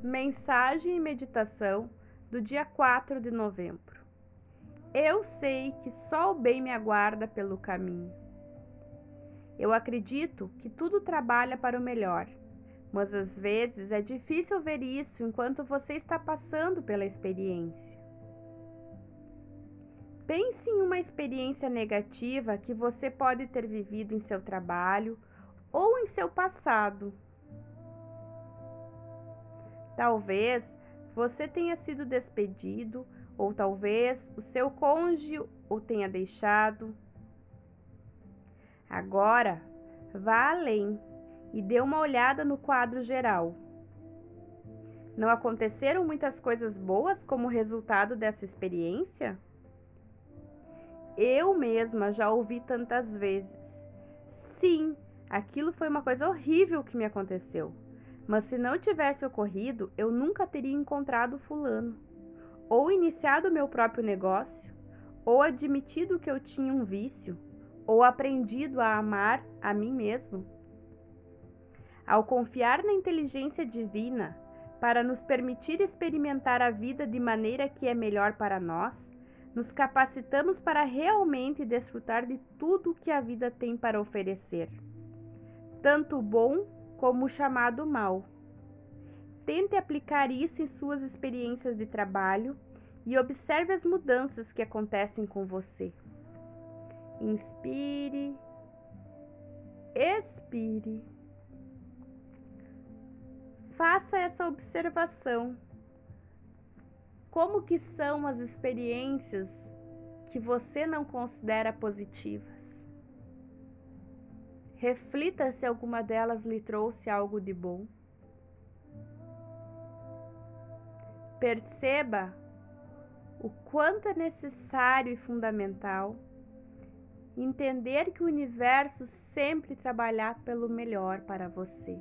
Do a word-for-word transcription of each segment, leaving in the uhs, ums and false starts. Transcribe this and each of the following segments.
Mensagem e meditação do dia quatro de novembro. Eu sei que só o bem me aguarda pelo caminho. Eu acredito que tudo trabalha para o melhor, mas às vezes é difícil ver isso enquanto você está passando pela experiência. Pense em uma experiência negativa que você pode ter vivido em seu trabalho ou em seu passado. Talvez você tenha sido despedido, ou talvez o seu cônjuge o tenha deixado. Agora, vá além e dê uma olhada no quadro geral. Não aconteceram muitas coisas boas como resultado dessa experiência? Eu mesma já ouvi tantas vezes. Sim, aquilo foi uma coisa horrível que me aconteceu. Mas se não tivesse ocorrido, eu nunca teria encontrado fulano, ou iniciado meu próprio negócio, ou admitido que eu tinha um vício, ou aprendido a amar a mim mesmo. Ao confiar na inteligência divina para nos permitir experimentar a vida de maneira que é melhor para nós, nos capacitamos para realmente desfrutar de tudo o que a vida tem para oferecer, tanto o bom como o chamado mal. Tente aplicar isso em suas experiências de trabalho e observe as mudanças que acontecem com você. Inspire, expire. Faça essa observação. Como que são as experiências que você não considera positivas? Reflita se alguma delas lhe trouxe algo de bom. Perceba o quanto é necessário e fundamental entender que o universo sempre trabalhará pelo melhor para você.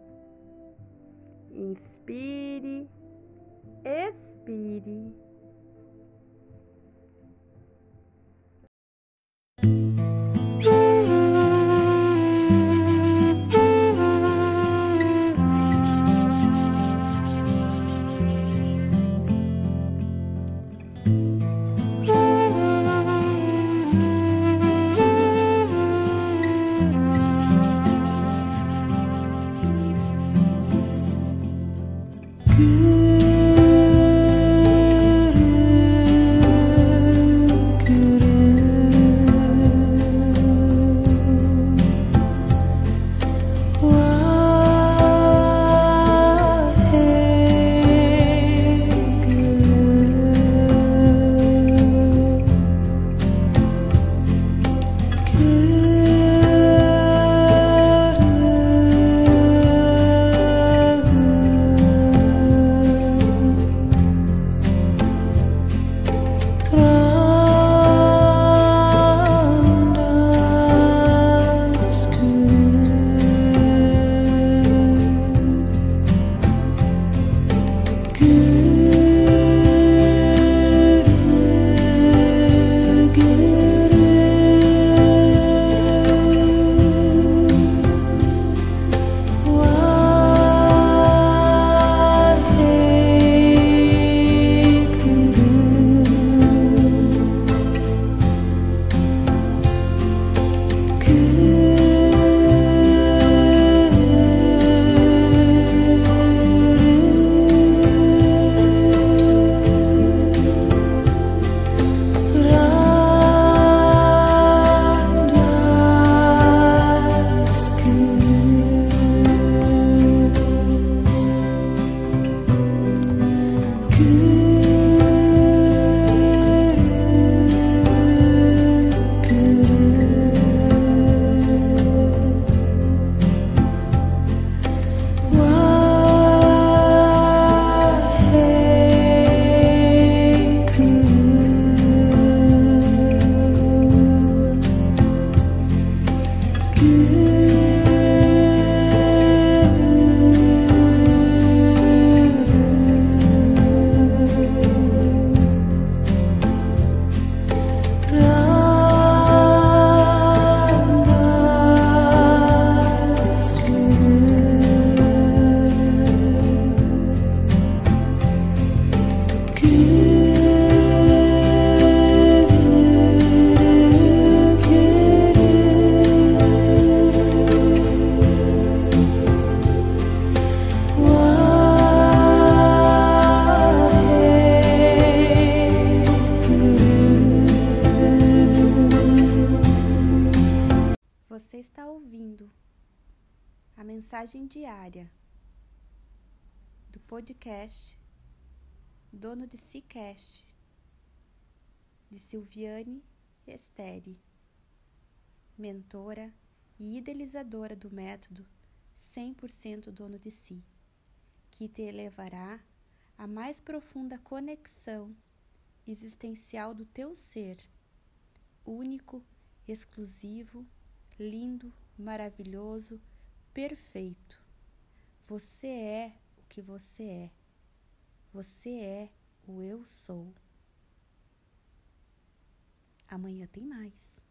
Inspire, expire. Mensagem diária do podcast Dono de Si Cast, de Silviane Esteri, mentora e idealizadora do método cem por cento Dono de Si, que te elevará à mais profunda conexão existencial do teu ser, único, exclusivo, lindo, maravilhoso, perfeito. Você é o que você é. Você é o eu sou. Amanhã tem mais.